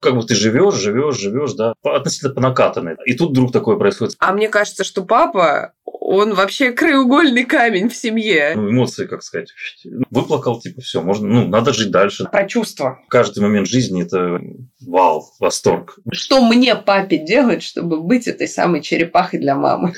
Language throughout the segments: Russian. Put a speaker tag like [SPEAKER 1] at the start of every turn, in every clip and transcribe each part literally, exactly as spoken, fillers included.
[SPEAKER 1] Как бы ты живешь, живешь, живешь, да, относительно по накатанной. И тут вдруг такое происходит.
[SPEAKER 2] А мне кажется, что папа, он вообще краеугольный камень в семье.
[SPEAKER 1] Ну, эмоции, как сказать, выплакал, типа, все, можно, ну, надо жить дальше.
[SPEAKER 2] Про чувства.
[SPEAKER 1] Каждый момент жизни – это вау, восторг.
[SPEAKER 2] Что мне, папе, делать, чтобы быть этой самой черепахой для мамы?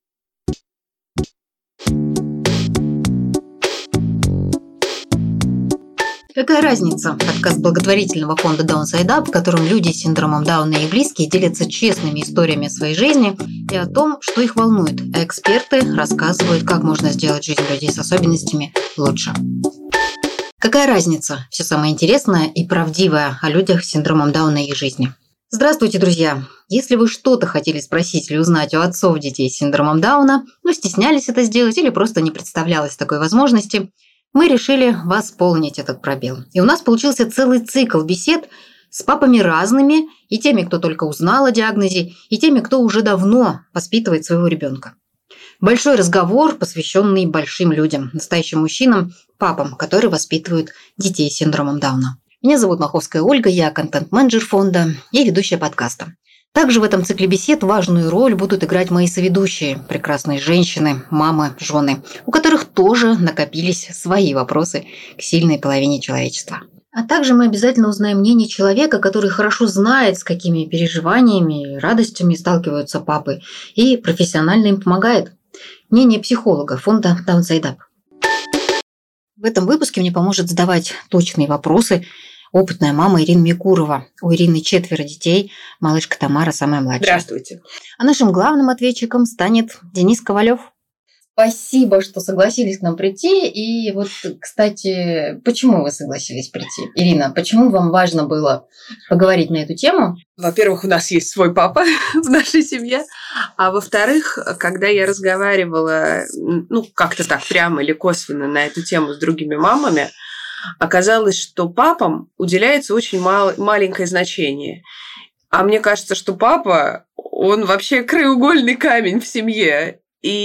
[SPEAKER 3] Какая разница? Подкаст благотворительного фонда Downside Up, в котором люди с синдромом Дауна и близкие делятся честными историями о своей жизни и о том, что их волнует, а эксперты рассказывают, как можно сделать жизнь людей с особенностями лучше. Какая разница? Все самое интересное и правдивое о людях с синдромом Дауна и их жизни. Здравствуйте, друзья! Если вы что-то хотели спросить или узнать у отцов детей с синдромом Дауна, но стеснялись это сделать или просто не представлялось такой возможности, мы решили восполнить этот пробел. И у нас получился целый цикл бесед с папами разными, и теми, кто только узнал о диагнозе, и теми, кто уже давно воспитывает своего ребенка. Большой разговор, посвященный большим людям, настоящим мужчинам, папам, которые воспитывают детей с синдромом Дауна. Меня зовут Маховская Ольга, я контент-менеджер фонда и ведущая подкаста. Также в этом цикле бесед важную роль будут играть мои соведущие, прекрасные женщины, мамы, жены, у которых тоже накопились свои вопросы к сильной половине человечества. А также мы обязательно узнаем мнение человека, который хорошо знает, с какими переживаниями и радостями сталкиваются папы, и профессионально им помогает. Мнение психолога фонда Downside Up. В этом выпуске мне поможет задавать точные вопросы опытная мама Ирина Микурова. У Ирины четверо детей, малышка Тамара самая младшая.
[SPEAKER 2] Здравствуйте.
[SPEAKER 3] А нашим главным ответчиком станет Денис Ковалев. Спасибо, что согласились к нам прийти. И вот, кстати, почему вы согласились прийти? Ирина, почему вам важно было поговорить на эту тему?
[SPEAKER 2] Во-первых, у нас есть свой папа в нашей семье. А во-вторых, когда я разговаривала, ну, как-то так прямо или косвенно на эту тему с другими мамами, оказалось, что папам уделяется очень мал- маленькое значение. А мне кажется, что папа, он вообще краеугольный камень в семье.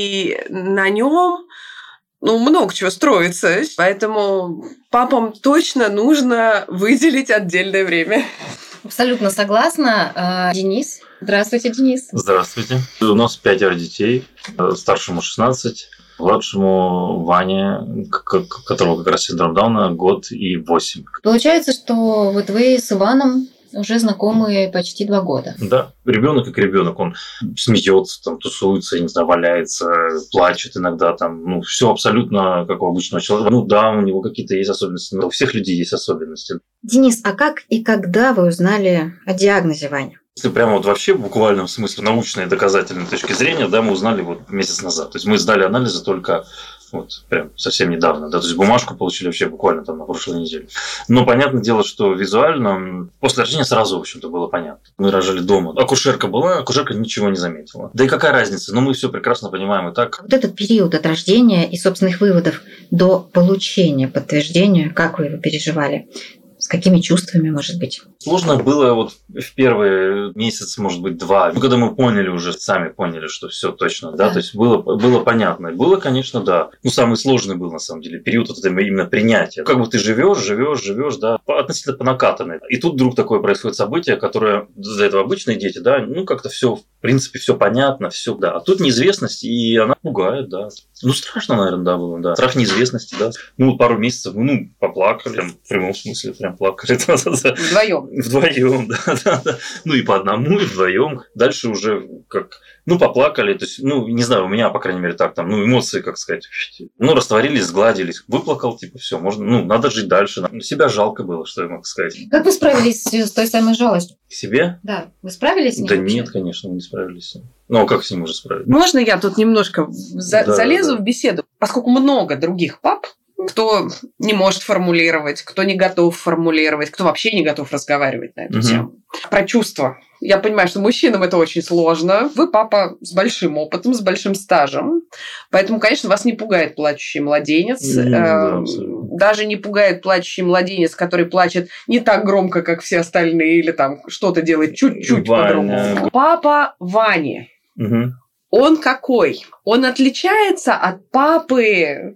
[SPEAKER 2] И на нем ну, много чего строится. Поэтому папам точно нужно выделить отдельное время.
[SPEAKER 3] Абсолютно согласна. Денис. Здравствуйте, Денис.
[SPEAKER 1] Здравствуйте. У нас пятеро детей. Старшему шестнадцать. Младшему Ване, которого как раз синдром Дауна, год и восемь.
[SPEAKER 3] Получается, что вот вы с Иваном уже знакомы почти два года.
[SPEAKER 1] Да, ребенок как ребенок, он смеется, там, тусуется, я не знаю, валяется, плачет иногда, там, ну, все абсолютно как у обычного человека. Ну да, у него какие-то есть особенности, но у всех людей есть особенности.
[SPEAKER 3] Денис, а как и когда вы узнали о диагнозе Вани?
[SPEAKER 1] Если прямо вот вообще в буквальном смысле научной и доказательной точки зрения, да, мы узнали вот месяц назад. То есть мы сдали анализы только вот прям совсем недавно, да, то есть бумажку получили вообще буквально там на прошлой неделе. Но понятное дело, что визуально после рождения сразу, в общем-то, было понятно. Мы рожали дома. Акушерка была, акушерка ничего не заметила. Да и какая разница? Но мы все прекрасно понимаем и так.
[SPEAKER 3] Вот этот период от рождения и собственных выводов до получения подтверждения, как вы его переживали? С какими чувствами, может быть?
[SPEAKER 1] Сложно было вот в первый месяц, может быть, два. Ну, когда мы поняли уже, сами поняли, что все точно, да, да. То есть было, было понятно. Было, конечно, да. Ну, самый сложный был, на самом деле, период вот этого именно принятия. Как бы ты живешь, живешь, живешь, да, относительно по накатанной. И тут вдруг такое происходит событие, которое для этого обычные дети, да, ну, как-то все, в принципе, все понятно, все, да. А тут неизвестность, и она пугает, да. Ну, страшно, наверное, да, было, да. Страх неизвестности, да. Ну, пару месяцев, ну, поплакали, прям, в прямом смысле, прям плакали.
[SPEAKER 2] Вдвоем.
[SPEAKER 1] Вдвоем, да, да, да. Ну и по одному, и вдвоем. Дальше уже как, ну, поплакали. То есть, ну, не знаю, у меня, по крайней мере, так там, ну, эмоции, как сказать, ну, растворились, сгладились. Выплакал, типа, все, можно, ну, надо жить дальше. Себя жалко было, что я мог сказать.
[SPEAKER 3] Как вы справились с той самой жалостью?
[SPEAKER 1] К себе?
[SPEAKER 3] Да. Вы справились с ней?
[SPEAKER 1] Да
[SPEAKER 3] вообще?
[SPEAKER 1] Нет, конечно, мы не справились с ним. Ну, а как с ним уже справиться?
[SPEAKER 2] Можно я тут немножко за-
[SPEAKER 1] да,
[SPEAKER 2] залезу
[SPEAKER 1] да.
[SPEAKER 2] в беседу? Поскольку много других пап, кто не может формулировать, кто не готов формулировать, кто вообще не готов разговаривать на эту угу. тему. Про чувства. Я понимаю, что мужчинам это очень сложно. Вы папа с большим опытом, с большим стажем. Поэтому, конечно, вас не пугает плачущий младенец. Mm, да, Даже не пугает плачущий младенец, который плачет не так громко, как все остальные, или там что-то делает чуть-чуть по-другому. Папа Вани.
[SPEAKER 1] Угу.
[SPEAKER 2] Он какой? Он отличается от папы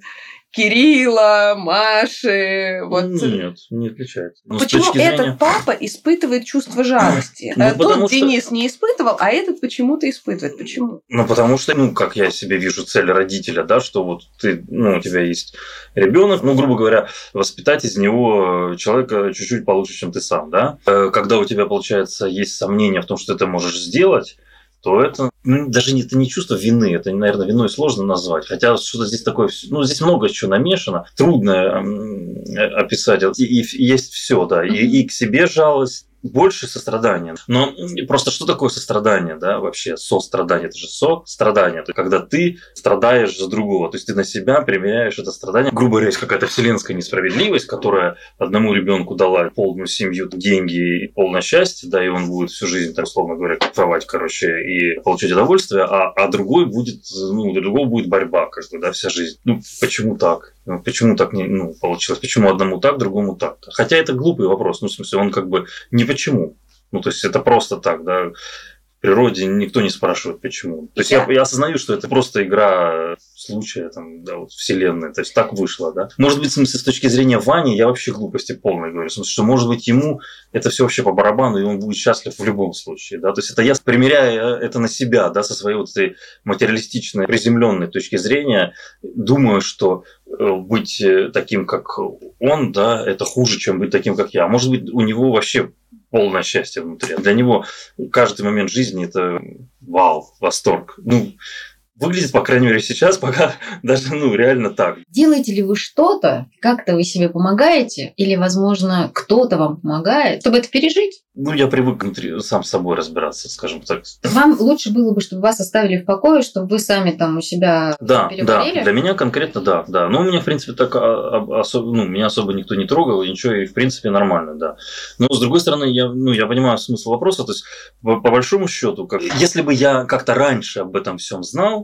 [SPEAKER 2] Кирилла, Маши. Вот.
[SPEAKER 1] Нет, не отличается. Но
[SPEAKER 2] почему
[SPEAKER 1] зрения...
[SPEAKER 2] этот папа испытывает чувство жалости?
[SPEAKER 1] Ну,
[SPEAKER 2] Тот
[SPEAKER 1] что...
[SPEAKER 2] Денис не испытывал, а этот почему-то испытывает. Почему?
[SPEAKER 1] Ну, потому что, ну, как я себе вижу цель родителя, да, что вот ты, ну, у тебя есть ребенок, ну, грубо говоря, воспитать из него человека чуть-чуть получше, чем ты сам, да. Когда у тебя, получается, есть сомнения в том, что ты это можешь сделать, то это ну, даже не, это не чувство вины, это, наверное, виной сложно назвать. Хотя что-то здесь такое, ну, здесь много чего намешано, трудно описать. И, и есть все, да, и, и к себе жалость, больше сострадания. Но просто что такое сострадание, да, вообще сострадание? Это же со-страдание. Это когда ты страдаешь за другого. То есть ты на себя примеряешь это страдание. Грубо говоря, есть какая-то вселенская несправедливость, которая одному ребенку дала полную семью, деньги и полное счастье, да, и он будет всю жизнь, так условно говоря, кайфовать, короче, и получать удовольствие, а, а другой будет, ну, для другого будет борьба, как бы, да, вся жизнь. Ну, почему так? Ну, почему так не ну, получилось? Почему одному так, другому так? Хотя это глупый вопрос. Ну, в смысле, он как бы не почему. Ну, то есть, это просто так, да. В природе никто не спрашивает, почему. То есть, я, я осознаю, что это просто игра случая, там, да, вот, вселенной. То есть, так вышло, да. Может быть, в смысле, с точки зрения Вани, я вообще глупости полной говорю. В смысле, что, может быть, ему это все вообще по барабану, и он будет счастлив в любом случае, да. То есть, это я примеряя это на себя, да, со своей вот этой материалистичной, приземленной точки зрения, думаю, что быть таким, как он, да, это хуже, чем быть таким, как я. Может быть, у него вообще полное счастье внутри. Для него каждый момент жизни – это вау, восторг. Ну, выглядит, по крайней мере, сейчас пока даже, ну, реально так.
[SPEAKER 3] Делаете ли вы что-то, как-то вы себе помогаете, или, возможно, кто-то вам помогает, чтобы это пережить?
[SPEAKER 1] Ну, я привык внутри сам с собой разбираться, скажем так.
[SPEAKER 3] Вам лучше было бы, чтобы вас оставили в покое, чтобы вы сами там у себя
[SPEAKER 1] да,
[SPEAKER 3] переварили?
[SPEAKER 1] Да, для меня конкретно да, да. Но у меня, в принципе, так особо, ну, меня особо никто не трогал, и ничего, и в принципе нормально, да. Но с другой стороны, я, ну, я понимаю смысл вопроса, то есть по, по большому счету, как, если бы я как-то раньше об этом всем знал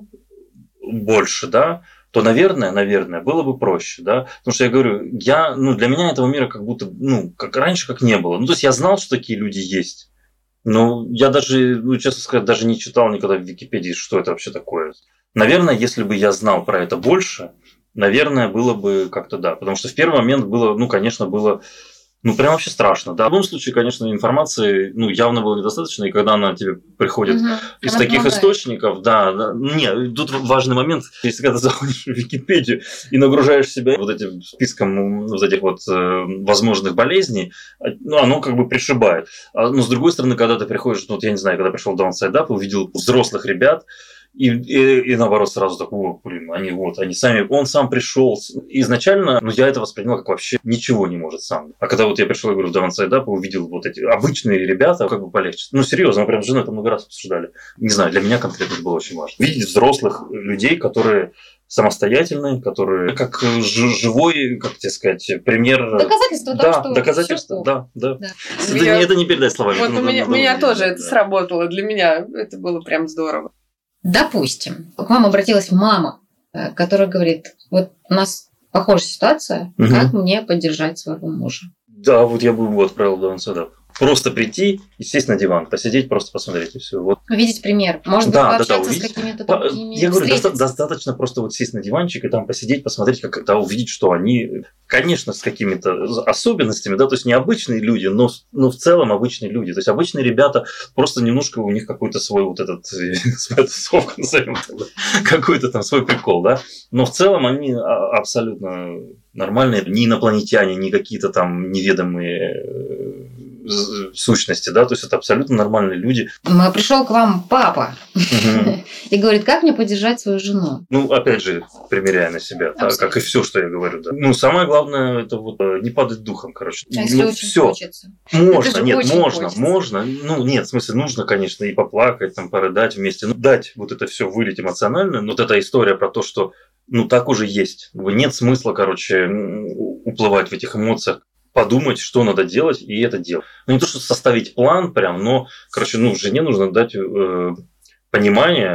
[SPEAKER 1] больше, да, то, наверное, наверное, было бы проще, да, потому что я говорю, я, ну, для меня этого мира как будто, ну, как раньше, как не было. Ну, то есть я знал, что такие люди есть, но я даже, ну, честно сказать, даже не читал никогда в Википедии, что это вообще такое. Наверное, если бы я знал про это больше, наверное, было бы как-то да, потому что в первый момент было, ну, конечно, было Ну, прям вообще страшно. Да. В любом случае, конечно, информации ну, явно было недостаточно, и когда она тебе приходит угу. из она таких помогает. Источников, да, да. Не, тут важный момент, если когда ты заходишь в Википедию и нагружаешь себя вот этим списком вот этих вот э, возможных болезней, ну, оно как бы пришибает. А, но с другой стороны, когда ты приходишь, ну, вот я не знаю, когда пришел в Downside Up, увидел взрослых ребят, И, и, и наоборот, сразу так, о, блин, они вот, они сами, он сам пришел. Изначально, ну, я это воспринял как вообще ничего не может сам. А когда вот я пришел, я говорю, в Downside Up, увидел вот эти обычные ребята, как бы полегче. Ну, серьезно, мы прям с женой это много раз обсуждали. Не знаю, для меня конкретно это было очень важно. Видеть взрослых людей, которые самостоятельные, которые как живой, как тебе сказать, пример.
[SPEAKER 3] Доказательство
[SPEAKER 1] да,
[SPEAKER 3] того, что
[SPEAKER 1] доказательство, да, да. да. Это,
[SPEAKER 2] меня...
[SPEAKER 1] это не передать словами.
[SPEAKER 2] Вот у меня, у меня тоже это да. сработало. Для меня это было прям здорово.
[SPEAKER 3] Допустим, к вам обратилась мама, которая говорит, вот у нас похожая ситуация, угу. как мне поддержать своего мужа?
[SPEAKER 1] Да, вот я бы его отправил в Downside Up. Просто прийти и сесть на диван, посидеть, просто посмотреть и все. Вот.
[SPEAKER 3] Увидеть пример. Может
[SPEAKER 1] да,
[SPEAKER 3] быть, пообщаться
[SPEAKER 1] да, да,
[SPEAKER 3] с какими-то такими.
[SPEAKER 1] Я говорю, доста- достаточно просто вот сесть на диванчик и там посидеть, посмотреть, как да, увидеть, что они, конечно, с какими-то особенностями, да, то есть не обычные люди, но, но в целом обычные люди. То есть обычные ребята, просто немножко у них какой-то свой вот этот, своя тусовка, назовем так, да, какой-то там свой прикол, да. Но в целом они абсолютно нормальные, не инопланетяне, не какие-то там неведомые сущности, да, то есть это абсолютно нормальные люди.
[SPEAKER 3] Пришел к вам папа угу. и говорит, как мне поддержать свою жену?
[SPEAKER 1] Ну, опять же, примеряя на себя, да, как и все, что я говорю, да. Ну, самое главное, это вот не падать духом, короче.
[SPEAKER 3] А если
[SPEAKER 1] ну,
[SPEAKER 3] очень
[SPEAKER 1] всё.
[SPEAKER 3] хочется?
[SPEAKER 1] Можно, нет, можно,
[SPEAKER 3] хочется.
[SPEAKER 1] можно. Ну, нет, в смысле, нужно, конечно, и поплакать, там, порыдать вместе, ну, дать вот это все вылить эмоционально. Но вот эта история про то, что, ну, так уже есть. Нет смысла, короче, уплывать в этих эмоциях. Подумать, что надо делать, и это делать. Ну, не то, что составить план прям, но, короче, ну, жене нужно дать э, понимание,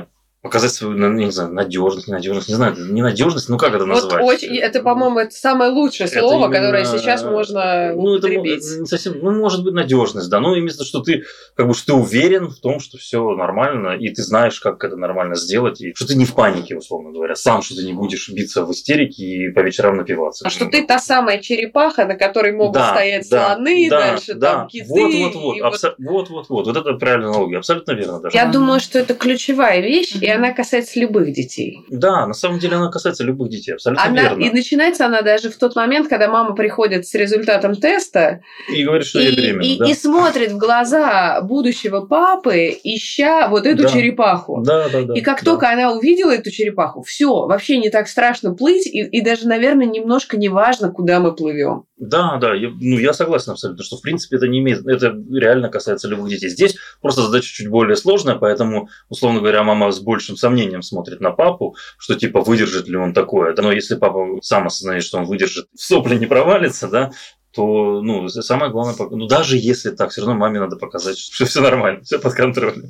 [SPEAKER 1] показать свою, не знаю, надежность, ненадежность, не знаю, ненадежность, ну как это назвать?
[SPEAKER 2] Вот очень, это, по-моему, это самое лучшее слово, именно, которое сейчас можно
[SPEAKER 1] ну,
[SPEAKER 2] употребить.
[SPEAKER 1] Это не совсем, ну, может быть, надежность, да, ну, именно, что ты, как бы, что ты уверен в том, что все нормально, и ты знаешь, как это нормально сделать, и что ты не в панике, условно говоря, сам, что ты не будешь биться в истерике и по вечерам напиваться.
[SPEAKER 2] А что ты та самая черепаха, на которой могут
[SPEAKER 1] да,
[SPEAKER 2] стоять
[SPEAKER 1] да,
[SPEAKER 2] слоны,
[SPEAKER 1] да,
[SPEAKER 2] дальше
[SPEAKER 1] да.
[SPEAKER 2] там киты.
[SPEAKER 1] Вот, вот, вот,
[SPEAKER 2] вот...
[SPEAKER 1] абсо... вот, вот, вот, вот, это правильная аналогия, абсолютно верно даже.
[SPEAKER 2] Я думаю, что это ключевая вещь, и она касается любых детей.
[SPEAKER 1] Да, на самом деле она касается любых детей, абсолютно
[SPEAKER 2] она,
[SPEAKER 1] верно.
[SPEAKER 2] И начинается она даже в тот момент, когда мама приходит с результатом теста
[SPEAKER 1] и говорит, что
[SPEAKER 2] и,
[SPEAKER 1] я беременна.
[SPEAKER 2] И,
[SPEAKER 1] да.
[SPEAKER 2] и смотрит в глаза будущего папы, ища вот эту
[SPEAKER 1] да.
[SPEAKER 2] черепаху.
[SPEAKER 1] Да, да, да,
[SPEAKER 2] и как
[SPEAKER 1] да.
[SPEAKER 2] только она увидела эту черепаху, все, вообще не так страшно плыть, и, и даже, наверное, немножко не важно, куда мы плывем.
[SPEAKER 1] Да, да, я, ну, я согласен абсолютно, что в принципе это не имеет, это реально касается любых детей. Здесь просто задача чуть более сложная, поэтому, условно говоря, мама с большим сомнением смотрит на папу, что типа выдержит ли он такое. Но если папа сам осознает, что он выдержит, в сопли не провалится, да, то, ну, самое главное, ну, даже если так, все равно маме надо показать, что все нормально, все под контролем.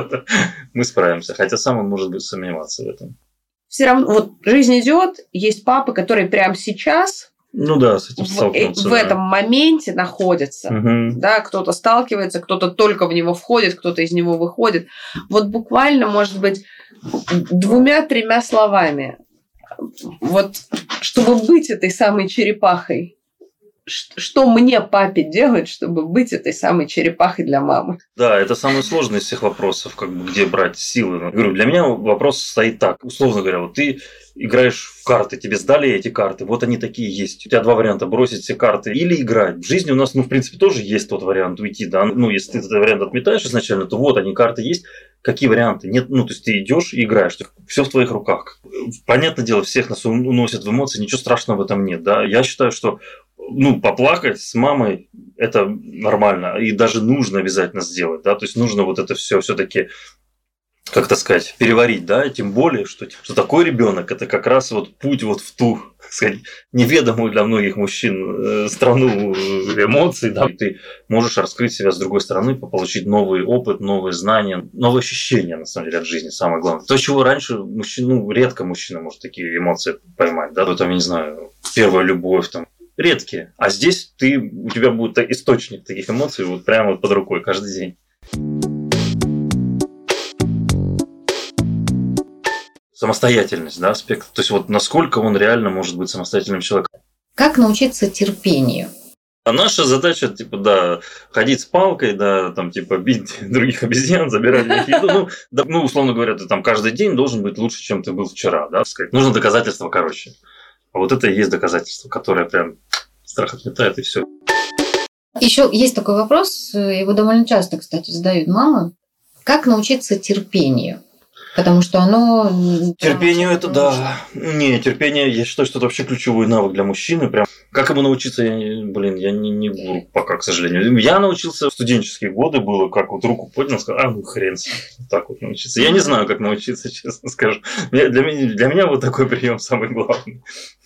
[SPEAKER 1] Мы справимся, хотя сам он может быть сомневаться в этом.
[SPEAKER 2] Все равно, вот жизнь идет, есть папы, которые прямо сейчас
[SPEAKER 1] ну да, с этим сталкиваются.
[SPEAKER 2] В, в
[SPEAKER 1] да.
[SPEAKER 2] этом моменте находятся.
[SPEAKER 1] Угу.
[SPEAKER 2] Да, кто-то сталкивается, кто-то только в него входит, кто-то из него выходит. Вот буквально, может быть, двумя-тремя словами. Вот чтобы быть этой самой черепахой. Что мне, папе, делать, чтобы быть этой самой черепахой для мамы?
[SPEAKER 1] Да, это самый сложный из всех вопросов, как бы, где брать силы. Я говорю, для меня вопрос стоит так. Условно говоря, вот ты играешь в карты, тебе сдали эти карты, вот они такие есть. У тебя два варианта: бросить все карты или играть. В жизни у нас, ну, в принципе, тоже есть тот вариант уйти, да. Ну, если ты этот вариант отметаешь изначально, то вот они, карты есть. Какие варианты? Нет, ну, то есть ты идешь и играешь, все в твоих руках. Понятное дело, всех нас уносят в эмоции, ничего страшного в этом нет, да. Я считаю, что ну, поплакать с мамой – это нормально, и даже нужно обязательно сделать, да, то есть нужно вот это все все-таки, как-то сказать, переварить, да, тем более, что, что такой ребенок это как раз вот путь вот в ту, так сказать, неведомую для многих мужчин страну эмоций, да, ты можешь раскрыть себя с другой стороны, получить новый опыт, новые знания, новые ощущения, на самом деле, от жизни, самое главное. То, чего раньше мужчина, ну, редко мужчина может такие эмоции поймать, да, там, я не знаю, первая любовь, там, редкие. А здесь ты, у тебя будет источник таких эмоций вот прямо вот под рукой каждый день. Самостоятельность, да, аспект. То есть вот насколько он реально может быть самостоятельным человеком.
[SPEAKER 3] Как научиться терпению?
[SPEAKER 1] А наша задача, типа, да, ходить с палкой, да, там, типа, бить других обезьян, забирать у них еду. Ну, да, ну, условно говоря, ты там каждый день должен быть лучше, чем ты был вчера, да, сказать. Нужно доказательство, короче. А вот это и есть доказательство, которое прям страх отметает, и все.
[SPEAKER 3] Еще есть такой вопрос, его довольно часто, кстати, задают мамы. Как научиться терпению? Потому что оно...
[SPEAKER 1] Терпению это да. Не, терпение, я считаю, что это вообще ключевой навык для мужчины. Прям как ему научиться, я, блин, я не, не гуру пока, к сожалению. Я научился в студенческие годы, было как вот руку поднял, сказал, а ну хрен с ним. Так вот научиться. Я не знаю, как научиться, честно скажу. Для меня, для меня вот такой прием самый главный.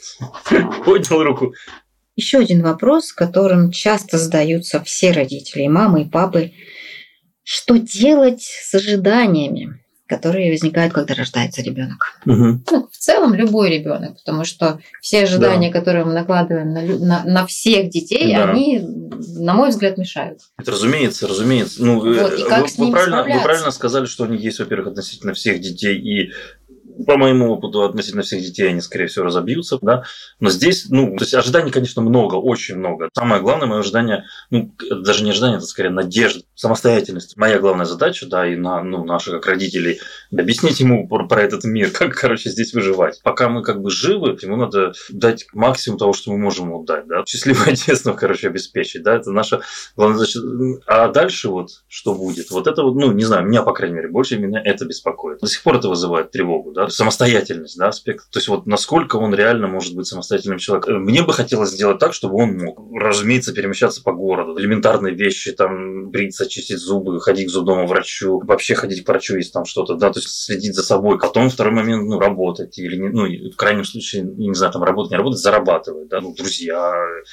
[SPEAKER 1] Поднял руку.
[SPEAKER 3] Еще один вопрос, которым часто задаются все родители, и мамы, и папы. Что делать с ожиданиями, которые возникают, когда рождается ребенок?
[SPEAKER 1] Угу.
[SPEAKER 3] Ну, в целом любой ребенок, потому что все ожидания, да. которые мы накладываем на, на, на всех детей, да. они, на мой взгляд, мешают.
[SPEAKER 1] Это разумеется, разумеется. Ну,
[SPEAKER 3] вот, и как
[SPEAKER 1] вы,
[SPEAKER 3] с ними
[SPEAKER 1] вы, правильно,
[SPEAKER 3] справляться?
[SPEAKER 1] Вы правильно сказали, что они есть, во-первых, относительно всех детей, и по моему опыту, относительно всех детей они, скорее всего, разобьются, да. Но здесь, ну, то есть ожиданий, конечно, много, очень много. Самое главное, мое ожидание, ну, даже не ожидание, это скорее надежда, самостоятельность. Моя главная задача, да, и на, ну, наших как родителей, объяснить ему про, про этот мир, как, короче, здесь выживать. Пока мы как бы живы, ему надо дать максимум того, что мы можем ему дать, да. Счастливое детство, короче, обеспечить, да, это наша главная задача. А дальше вот, что будет, вот это вот, ну, не знаю, меня, по крайней мере, больше меня это беспокоит. До сих пор это вызывает тревогу, да. Самостоятельность, да, аспект. То есть вот насколько он реально может быть самостоятельным человеком. Мне бы хотелось сделать так, чтобы он мог, разумеется, перемещаться по городу. Элементарные вещи, там, бриться, чистить зубы, ходить к зубному врачу, вообще ходить к врачу, если там что-то, да, то есть следить за собой. Потом второй момент, ну, работать или, ну, в крайнем случае, не знаю, там, работать, не работать, зарабатывать, да, ну, друзья,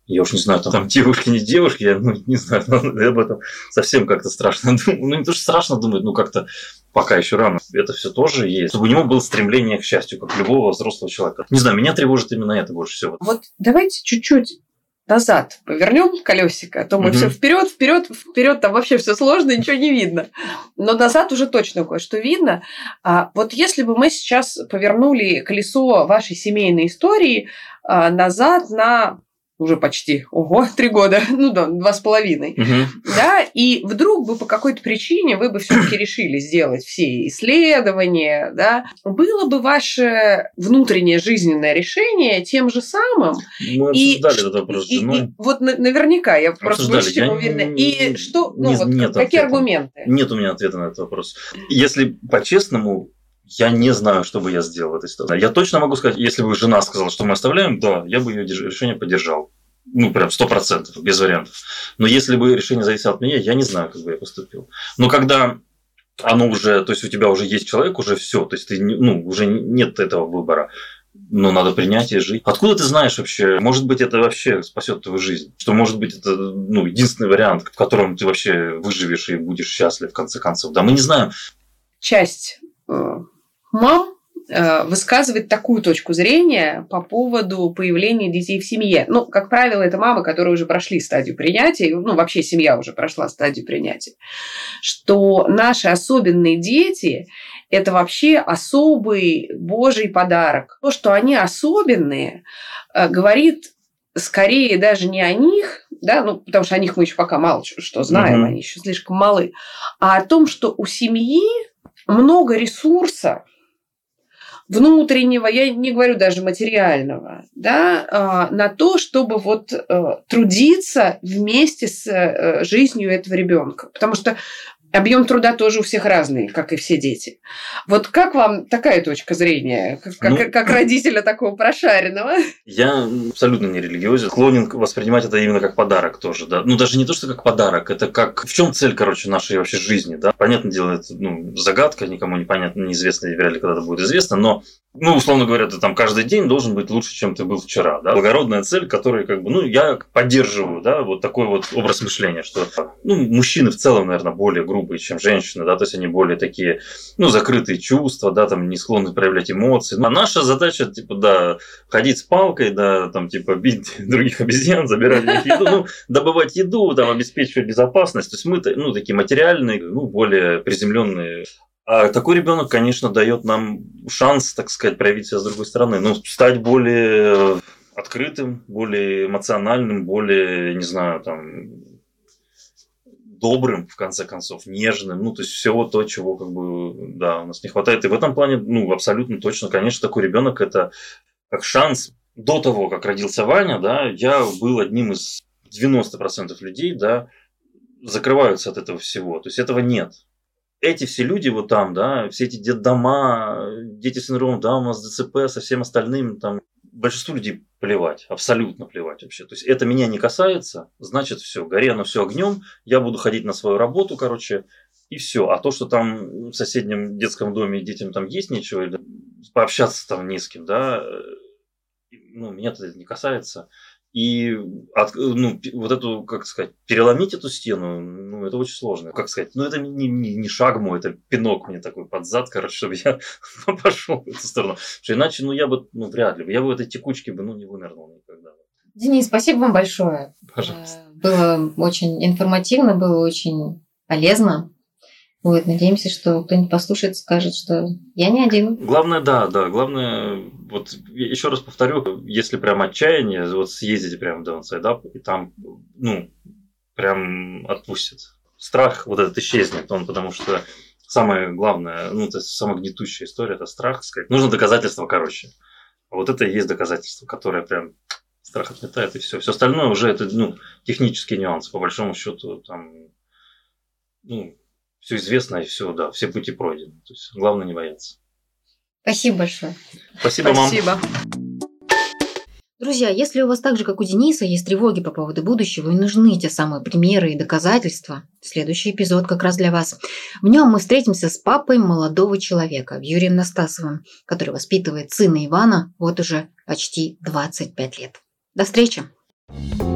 [SPEAKER 1] Я уж не знаю, там, там девушки, не девушки, я ну, не знаю, я об этом совсем как-то страшно думаю. Ну, не то, что страшно думать, ну, как-то пока еще рано. Это все тоже есть. Чтобы у него было стремление к счастью, как у любого взрослого человека. Не знаю, меня тревожит именно это больше всего.
[SPEAKER 2] Вот давайте чуть-чуть назад повернем колесико, а то мы угу. все вперед, вперед, вперед, там вообще все сложно, ничего не видно. Но назад уже точно кое-что видно. А вот если бы мы сейчас повернули колесо вашей семейной истории а, назад на уже почти, ого, три года, ну да, два с половиной, угу. да, и вдруг бы по какой-то причине вы бы все-таки решили сделать все исследования, да, было бы ваше внутреннее жизненное решение тем же самым.
[SPEAKER 1] Мы обсуждали и, этот вопрос с женой.
[SPEAKER 2] И, и, вот наверняка, я просто больше чем уверена. И что, ну
[SPEAKER 1] не,
[SPEAKER 2] вот,
[SPEAKER 1] нет
[SPEAKER 2] какие
[SPEAKER 1] ответа.
[SPEAKER 2] аргументы?
[SPEAKER 1] Нет у меня ответа на этот вопрос. Если по-честному, я не знаю, что бы я сделал в этой ситуации. Я точно могу сказать, если бы жена сказала, что мы оставляем, да, я бы ее решение поддержал. Ну, прям сто процентов, без вариантов. Но если бы решение зависело от меня, я не знаю, как бы я поступил. Но когда оно уже, то есть у тебя уже есть человек, уже все, то есть ты, ну, уже нет этого выбора. Но надо принять и жить. Откуда ты знаешь вообще? Может быть, это вообще спасет твою жизнь? Что, может быть, это ну, единственный вариант, в котором ты вообще выживешь и будешь счастлив, в конце концов. Да, мы не знаем.
[SPEAKER 2] Часть мам высказывает такую точку зрения по поводу появления детей в семье. Ну, как правило, это мамы, которые уже прошли стадию принятия, ну, вообще семья уже прошла стадию принятия, что наши особенные дети – это вообще особый Божий подарок. То, что они особенные, говорит скорее даже не о них, да, ну, потому что о них мы еще пока мало что знаем, mm-hmm. они еще слишком малы, а о том, что у семьи много ресурса, внутреннего, я не говорю даже материального, да, на то, чтобы вот трудиться вместе с жизнью этого ребенка. Потому что объем труда тоже у всех разный, как и все дети. Вот как вам такая точка зрения, как, ну, как, как родителя такого прошаренного?
[SPEAKER 1] Я абсолютно не религиозен, склонен воспринимать это именно как подарок тоже, да. Ну, даже не то, что как подарок, это как... В чем цель, короче, нашей вообще жизни, да? Понятное дело, это ну, загадка, никому непонятно, неизвестно, вряд ли когда-то будет известно, но, ну, условно говоря, ты там каждый день должен быть лучше, чем ты был вчера, да? Благородная цель, которую, как бы, ну, я поддерживаю, да, вот такой вот образ мышления, что, ну, мужчины в целом, наверное, более грубые, чем женщины, да, то есть они более такие, ну, закрытые чувства, да, там, не склонны проявлять эмоции. А наша задача, типа, да, ходить с палкой, да, там, типа, бить других обезьян, забирать у них еду, ну, добывать еду, там, обеспечивать безопасность. То есть мы, ну, такие материальные, ну, более приземленные. А такой ребенок, конечно, дает нам шанс, так сказать, проявить себя с другой стороны, ну, стать более открытым, более эмоциональным, более, не знаю, там, добрым, в конце концов, нежным, ну, то есть всего то, чего, как бы, да, у нас не хватает. И в этом плане, ну, абсолютно точно, конечно, такой ребенок это как шанс. До того, как родился Ваня, да, я был одним из девяноста процентов людей, да, закрываются от этого всего. То есть этого нет. Эти все люди вот там, да, все эти детдома, дети с синдромом Дауна, с ДЦП, со всем остальным, там, большинству людей плевать, абсолютно плевать вообще. То есть это меня не касается, значит все, гори оно все огнем, я буду ходить на свою работу, короче, и все. А то, что там в соседнем детском доме детям там есть нечего, или пообщаться там не с кем, да, ну, меня это не касается. И от, ну, вот эту, как сказать, переломить эту стену, ну, это очень сложно. Как сказать, ну, это не, не, не шаг мой, это пинок мне такой под зад, короче, чтобы я пошел в эту сторону. Потому что иначе, ну, я бы, ну, вряд ли, я бы в этой текучке бы, ну, не вынырнул никогда.
[SPEAKER 3] Денис, спасибо вам большое.
[SPEAKER 1] Пожалуйста.
[SPEAKER 3] Было очень информативно, было очень полезно. Вот, надеемся, что кто-нибудь послушает, скажет, что я не один.
[SPEAKER 1] Главное, да, да, главное, вот еще раз повторю, если прям отчаяние, вот съездите прям в Downside Up, и там, ну, прям отпустит. Страх вот этот исчезнет, он, потому что самое главное, ну, это самая гнетущая история, это страх, сказать. Нужно доказательство, короче. А вот это и есть доказательство, которое прям страх отметает, и все. Все остальное уже это, ну, технический нюанс, по большому счету, там, ну, все известно, и все, да, все пути пройдены. То есть главное не бояться.
[SPEAKER 3] Спасибо большое.
[SPEAKER 1] Спасибо, мам.
[SPEAKER 2] Спасибо.
[SPEAKER 3] Друзья, если у вас так же, как у Дениса, есть тревоги по поводу будущего и нужны те самые примеры и доказательства, следующий эпизод как раз для вас. В нем мы встретимся с папой молодого человека, Юрием Настасовым, который воспитывает сына Ивана вот уже почти двадцать пять лет. До встречи!